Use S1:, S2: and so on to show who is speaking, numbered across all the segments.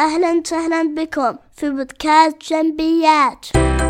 S1: أهلا وسهلا بكم في بودكاست جنبيات.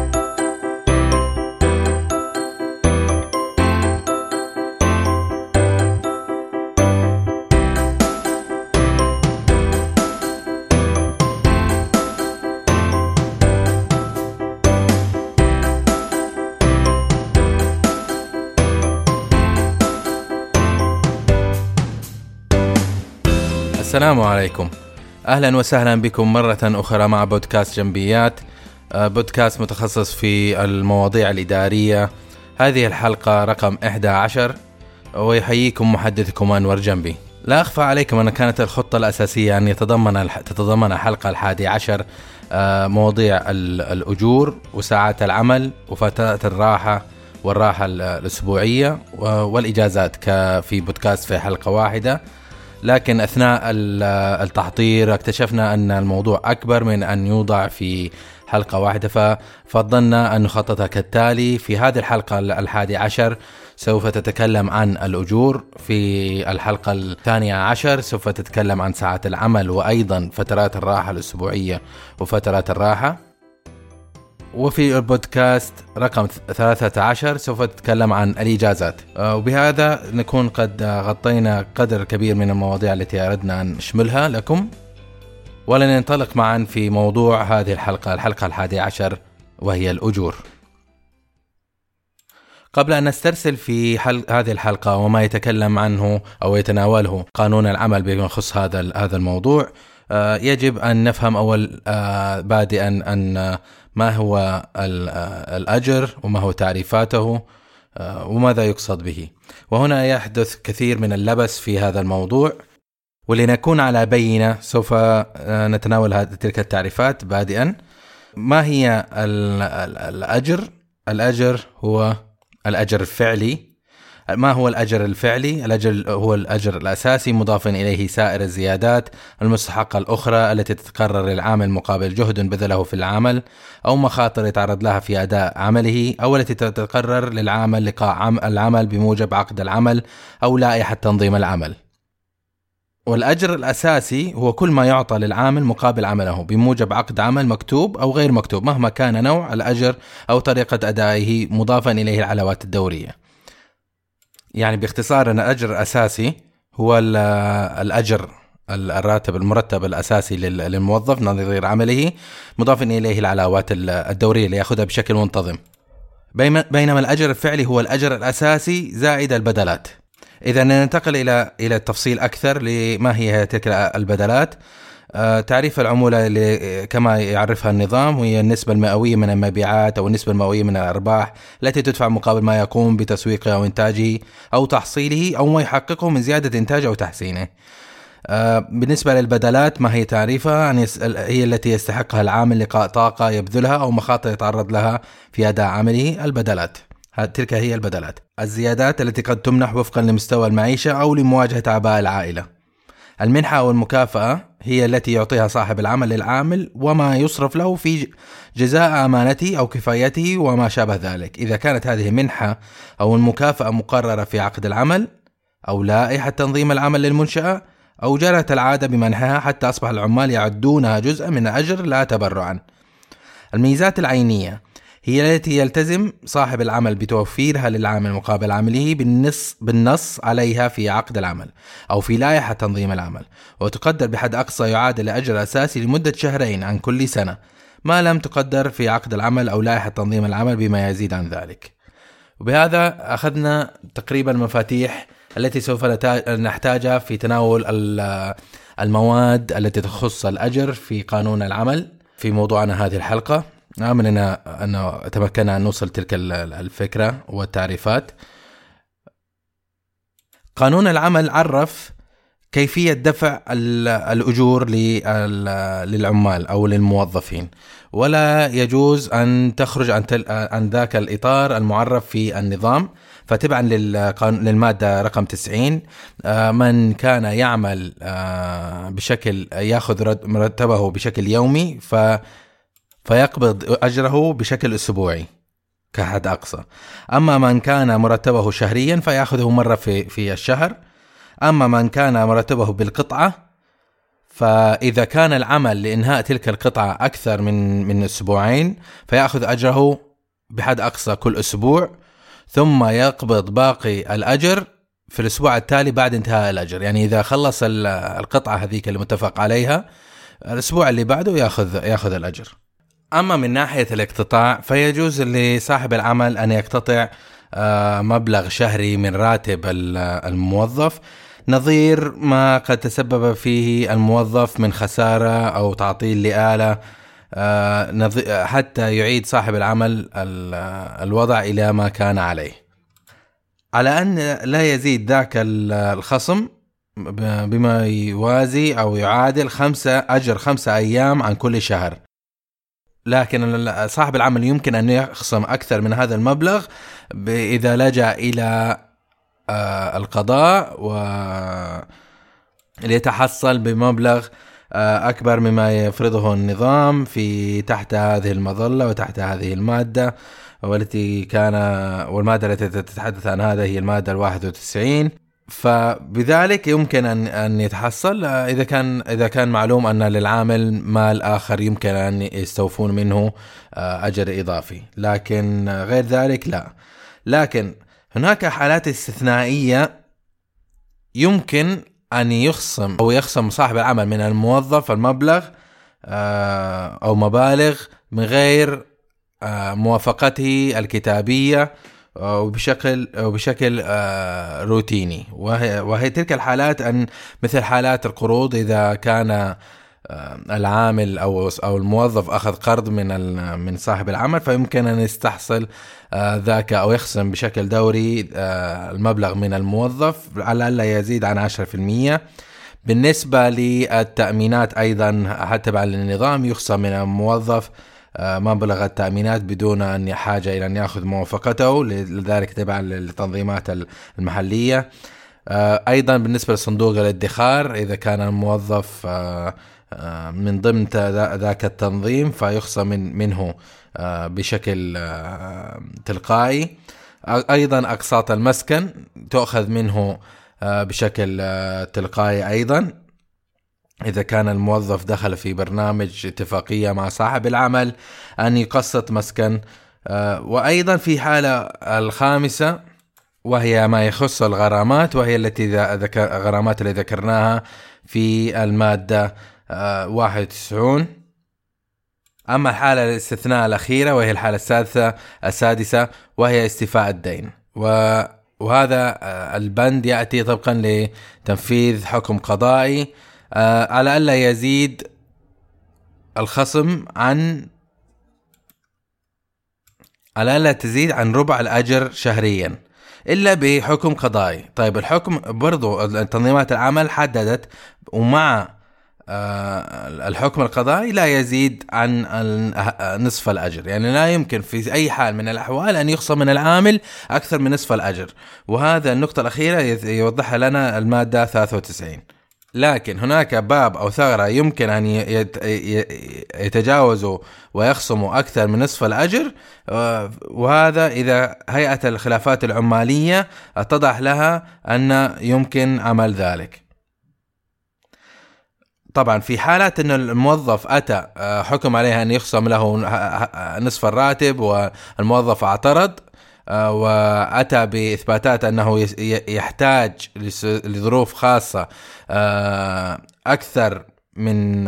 S2: السلام عليكم، أهلا وسهلا بكم مرة أخرى مع بودكاست جنبيات، بودكاست متخصص في المواضيع الإدارية. هذه الحلقة رقم 11 ويحييكم محدثكم أنور جنبي. لا أخفى عليكم أن كانت الخطة الأساسية أن تتضمن الحلقة 11 مواضيع الأجور وساعات العمل وفترات الراحة والراحة الأسبوعية والإجازات في بودكاست في حلقة واحدة، لكن أثناء التحضير اكتشفنا أن الموضوع أكبر من أن يوضع في حلقة واحدة، ففضلنا أن نخططها كالتالي. في هذه الحلقة 11 سوف تتكلم عن الأجور، في الحلقة 12 سوف تتكلم عن ساعات العمل وأيضا فترات الراحة الأسبوعية وفترات الراحة، وفي البودكاست رقم 13 سوف تتكلم عن الإجازات. وبهذا نكون قد غطينا قدر كبير من المواضيع التي أردنا أن نشملها لكم، ولننطلق معا في موضوع هذه الحلقة 11 وهي الأجور. قبل أن نسترسل في هذه الحلقة وما يتكلم عنه أو يتناوله قانون العمل بما يخص هذا الموضوع، يجب أن نفهم أول بادئا أن ما هو الأجر وما هو تعريفاته وماذا يقصد به. وهنا يحدث كثير من اللبس في هذا الموضوع، ولنكون على بينة سوف نتناول تلك التعريفات. بادئا، ما هي الأجر؟ الأجر هو الأجر الفعلي. ما هو الأجر الفعلي؟ الأجر هو الأجر الأساسي مضافا إليه سائر الزيادات المستحقة الأخرى التي تتقرر للعامل مقابل جهد بذله في العمل أو مخاطر يتعرض لها في أداء عمله، أو التي تتقرر للعامل لقاء العمل بموجب عقد العمل أو لائحة تنظيم العمل. والأجر الأساسي هو كل ما يعطى للعامل مقابل عمله بموجب عقد عمل مكتوب أو غير مكتوب مهما كان نوع الأجر أو طريقة أدائه، مضافا إليه العلاوات الدورية. يعني باختصار أن الأجر الأساسي هو الأجر الراتب المرتب الأساسي للموظف نظير عمله، مضافا إليه العلاوات الدورية اللي يأخذها بشكل منتظم. بينما الأجر الفعلي هو الأجر الأساسي زائد البدلات. إذا ننتقل إلى التفصيل أكثر لما هي تلك البدلات. تعريف العمولة كما يعرفها النظام هي النسبة المئوية من المبيعات أو النسبة المئوية من الأرباح التي تدفع مقابل ما يقوم بتسويقه أو إنتاجه أو تحصيله أو ما يحققه من زيادة إنتاجه أو تحسينه. بالنسبة للبدلات، ما هي تعريفها؟ هي التي يستحقها العامل لقاء طاقة يبذلها أو مخاطر يتعرض لها في أداء عمله. البدلات تلك هي البدلات. الزيادات التي قد تمنح وفقا لمستوى المعيشة أو لمواجهة أعباء العائلة. المنحة أو المكافأة هي التي يعطيها صاحب العمل للعامل وما يصرف له في جزاء أمانته أو كفايته وما شابه ذلك، إذا كانت هذه المنحة أو المكافأة مقررة في عقد العمل أو لائحة تنظيم العمل للمنشأة أو جرت العادة بمنحها حتى أصبح العمال يعدونها جزءا من الأجر لا تبرعا. الميزات العينية هي التي يلتزم صاحب العمل بتوفيرها للعامل مقابل عمله بالنص عليها في عقد العمل أو في لائحة تنظيم العمل، وتقدر بحد أقصى يعادل أجر أساسي لمدة 2 شهر عن كل سنة، ما لم تقدر في عقد العمل أو لائحة تنظيم العمل بما يزيد عن ذلك. وبهذا أخذنا تقريبا مفاتيح التي سوف نحتاجها في تناول المواد التي تخص الأجر في قانون العمل في موضوعنا هذه الحلقة. آمن أن تمكنا أن نوصل تلك الفكرة والتعريفات. قانون العمل عرف كيفية دفع الأجور للعمال أو للموظفين، ولا يجوز أن تخرج عن ذاك الإطار المعرف في النظام. فتبعا للمادة رقم 90، من كان يعمل بشكل يأخذ مرتبه بشكل يومي فيقبض أجره بشكل أسبوعي كحد أقصى. أما من كان مرتبه شهريا فيأخذه مرة في الشهر. أما من كان مرتبه بالقطعة فإذا كان العمل لإنهاء تلك القطعة أكثر من أسبوعين فيأخذ أجره بحد أقصى كل أسبوع، ثم يقبض باقي الأجر في الأسبوع التالي بعد انتهاء الأجر. يعني إذا خلص القطعة هذيك اللي متفق عليها الأسبوع اللي بعده يأخذ الأجر. أما من ناحية الاقتطاع فيجوز لصاحب العمل أن يقتطع مبلغ شهري من راتب الموظف نظير ما قد تسبب فيه الموظف من خسارة أو تعطيل لآلة، حتى يعيد صاحب العمل الوضع إلى ما كان عليه، على أن لا يزيد ذاك الخصم بما يوازي أو يعادل 5 أيام عن كل شهر. لكن صاحب العمل يمكن أن يخصم أكثر من هذا المبلغ إذا لجأ إلى القضاء وليتحصل بمبلغ أكبر مما يفرضه النظام في تحت هذه المظلة وتحت هذه المادة، والمادة التي تتحدث عن هذا هي المادة 91. فبذلك يمكن أن يتحصل إذا كان معلوم أن للعامل مال آخر يمكن أن يستوفون منه أجر إضافي، لكن غير ذلك لا. لكن هناك حالات استثنائية يمكن أن يخصم صاحب العمل من الموظف المبلغ أو مبالغ من غير موافقته الكتابية وبشكل روتيني، وهي تلك الحالات أن مثل حالات القروض. إذا كان العامل أو الموظف أخذ قرض من صاحب العمل فيمكن أن يستحصل ذاك أو يخصم بشكل دوري المبلغ من الموظف على لا يزيد عن 10%. بالنسبة للتأمينات أيضا حتى بعد النظام يخصم من الموظف مبلغ التأمينات بدون أن حاجة إلى أن يأخذ موافقته، لذلك تبع للتنظيمات المحلية. أيضا بالنسبة لصندوق الادخار إذا كان الموظف من ضمن ذاك التنظيم فيخصم منه بشكل تلقائي. أيضا أقساط المسكن تأخذ منه بشكل تلقائي أيضا إذا كان الموظف دخل في برنامج اتفاقية مع صاحب العمل أن يقسط مسكن. وأيضا في حالة الخامسة وهي ما يخص الغرامات، وهي غرامات اللي ذكرناها في المادة 91. أما الحالة الاستثناء الأخيرة وهي الحالة السادسة وهي استيفاء الدين، وهذا البند يأتي طبقا لتنفيذ حكم قضائي على ألا يزيد الخصم على ألا تزيد عن ربع الأجر شهريا إلا بحكم قضائي. طيب الحكم برضو تنظيمات العمل حددت ومع الحكم القضائي لا يزيد عن نصف الأجر، يعني لا يمكن في أي حال من الأحوال أن يخصم من العامل أكثر من نصف الأجر، وهذا النقطة الأخيرة يوضحها لنا المادة 93. لكن هناك باب أو ثغرة يمكن أن يتجاوزوا ويخصموا أكثر من نصف الأجر، وهذا إذا هيئة الخلافات العمالية اتضح لها أن يمكن عمل ذلك. طبعا في حالة أن الموظف أتى حكم عليه أن يخصم له نصف الراتب والموظف اعترض وأتى بإثباتات أنه يحتاج لظروف خاصة أكثر من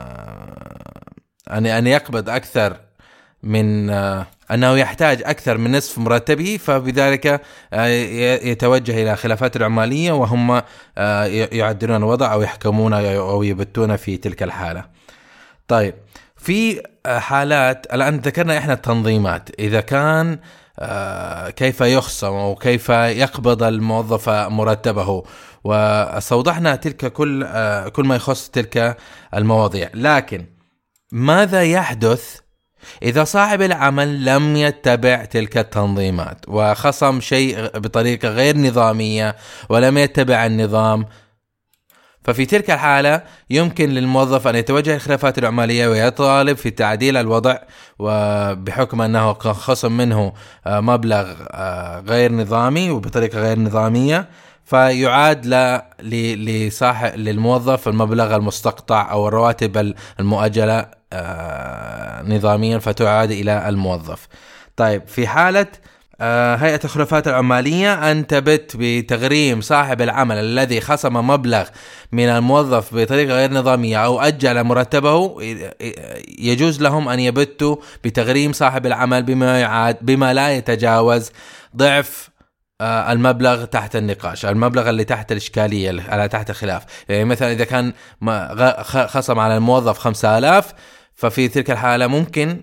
S2: أن يقبض أكثر من أنه يحتاج أكثر من نصف مرتبه، فبذلك يتوجه إلى خلافات العمالية وهم يعدلون الوضع أو يحكمون أو يبتون في تلك الحالة. طيب في حالات الآن ذكرنا إحنا التنظيمات، إذا كان كيف يخصم أو كيف يقبض الموظف مرتبه، وستوضحنا تلك كل ما يخص تلك المواضيع. لكن ماذا يحدث إذا صاحب العمل لم يتبع تلك التنظيمات وخصم شيء بطريقة غير نظامية ولم يتبع النظام؟ ففي تلك الحالة يمكن للموظف أن يتوجه الخلافات العمالية ويطالب في تعديل الوضع، وبحكم أنه خصم منه مبلغ غير نظامي وبطريقة غير نظامية فيعاد لصاحب للموظف المبلغ المستقطع أو الرواتب المؤجلة نظاميا، فتعاد إلى الموظف. طيب في حالة هيئة الخلفاء العمالية أن تبت بتغريم صاحب العمل الذي خصم مبلغ من الموظف بطريقة غير نظامية أو أجل مرتبه، يجوز لهم أن يبتوا بتغريم صاحب العمل بما لا يتجاوز ضعف المبلغ تحت النقاش، المبلغ اللي تحت الإشكالية على تحت الخلاف. يعني مثلا إذا كان خصم على الموظف 5000، ففي تلك الحالة ممكن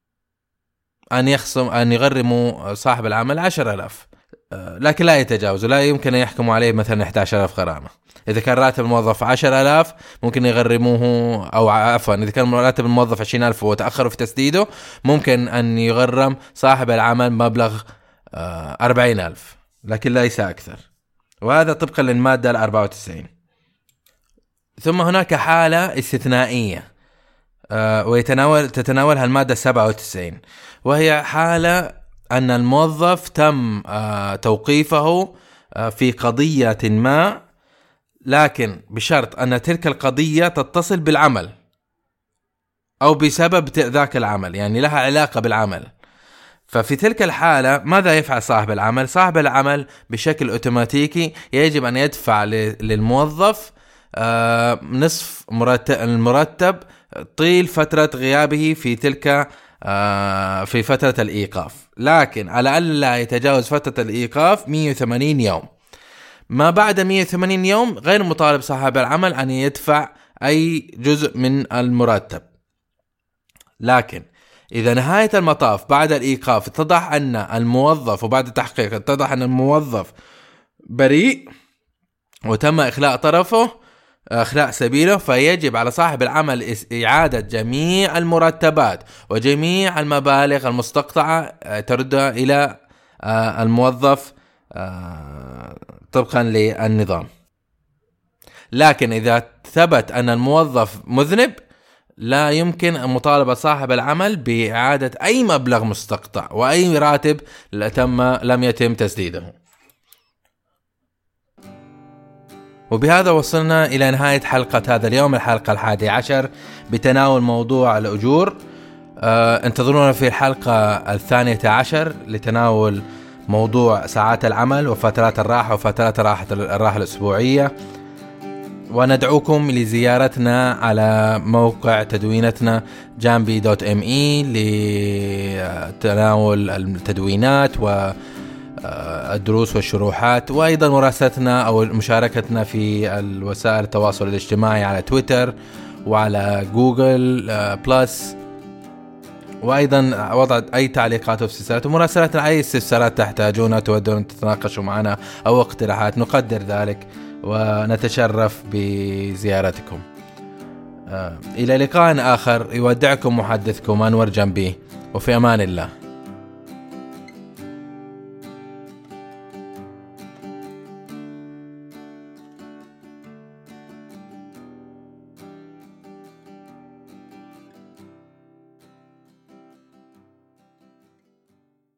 S2: أن يغرموا صاحب العمل 10,000، لكن لا يتجاوز، لا يمكن أن يحكموا عليه مثلا 11,000 غرامة. إذا كان راتب الموظف 10,000 ممكن يغرموه، أو عفوا إذا كان راتب الموظف 20,000 وتأخروا في تسديده ممكن أن يغرم صاحب العمل مبلغ 40,000، لكن ليس أكثر، وهذا طبقا للمادة 94. ثم هناك حالة استثنائية تتناولها المادة 97، وهي حالة أن الموظف تم توقيفه في قضية ما، لكن بشرط أن تلك القضية تتصل بالعمل أو بسبب ذاك العمل، يعني لها علاقة بالعمل. ففي تلك الحالة ماذا يفعل صاحب العمل؟ صاحب العمل بشكل أوتوماتيكي يجب أن يدفع للموظف نصف المرتب طيل فترة غيابه في تلك في فترة الإيقاف، لكن على ألا يتجاوز فترة الإيقاف 180 يوم. ما بعد 180 يوم غير مطالب صاحب العمل أن يدفع أي جزء من المرتب. لكن إذا نهاية المطاف بعد الإيقاف اتضح أن الموظف، وبعد التحقيق اتضح أن الموظف بريء وتم إخلاء طرفه، إخلاء سبيله، فيجب على صاحب العمل إعادة جميع المرتبات وجميع المبالغ المستقطعة تردها إلى الموظف طبقا للنظام. لكن إذا ثبت أن الموظف مذنب لا يمكن مطالبة صاحب العمل بإعادة أي مبلغ مستقطع وأي راتب لم يتم تسديده. وبهذا وصلنا إلى نهاية حلقة هذا اليوم، الحلقة 11 بتناول موضوع الأجور. انتظرونا في الحلقة 12 لتناول موضوع ساعات العمل وفترات الراحة وفترات الراحة الأسبوعية. وندعوكم لزيارتنا على موقع تدوينتنا jambi.me لتناول التدوينات والدروس والشروحات، وأيضا مراسلتنا أو مشاركتنا في الوسائل التواصل الاجتماعي على تويتر وعلى جوجل بلس، وأيضا وضع أي تعليقات واستفسارات ومراسلتنا أي استفسارات تحتاجونها تودون تتناقشوا معنا أو اقتراحات، نقدر ذلك ونتشرف بزيارتكم. إلى لقاء آخر، يودعكم محدثكم أنور جنبي، وفي أمان الله.